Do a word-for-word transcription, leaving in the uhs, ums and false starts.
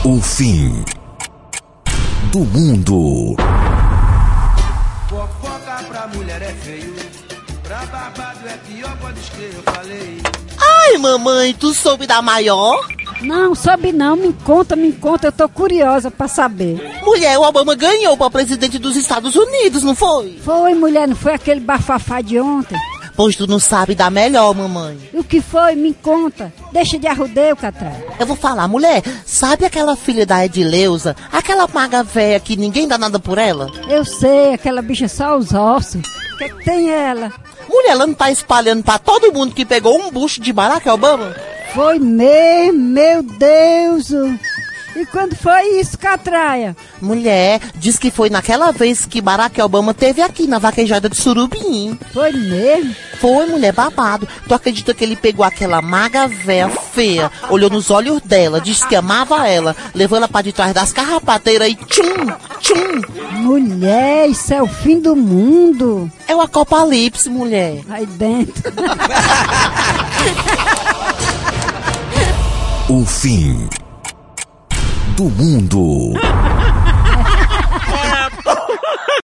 O fim do mundo. Fofoca pra mulher é feio, pra babado é pior, pode escrever, eu falei. Ai, mamãe, tu soube da maior? Não, soube não, me conta, me conta, eu tô curiosa pra saber. Mulher, o Obama ganhou pra presidente dos Estados Unidos, não foi? Foi, mulher, não foi aquele bafafá de ontem? Pois tu não sabe da melhor, mamãe. E o que foi? Me conta. Deixa de arrudeio, Catraia. Eu vou falar, mulher, sabe aquela filha da Edileuza? Aquela maga véia que ninguém dá nada por ela? Eu sei, aquela bicha só os ossos. O que, que tem ela? Mulher, ela não tá espalhando pra todo mundo que pegou um bucho de Barack Obama? Foi mesmo, meu Deus. E quando foi isso, Catraia? Mulher, diz que foi naquela vez que Barack Obama teve aqui na vaquejada de Surubim. Foi mesmo? Foi, mulher, babado. Tu acredita que ele pegou aquela maga véia feia, olhou nos olhos dela, disse que amava ela, levou ela pra detrás das carrapateiras e tchum, tchum. Mulher, isso é o fim do mundo. É o apocalipse, mulher. Aí dentro. O fim do mundo.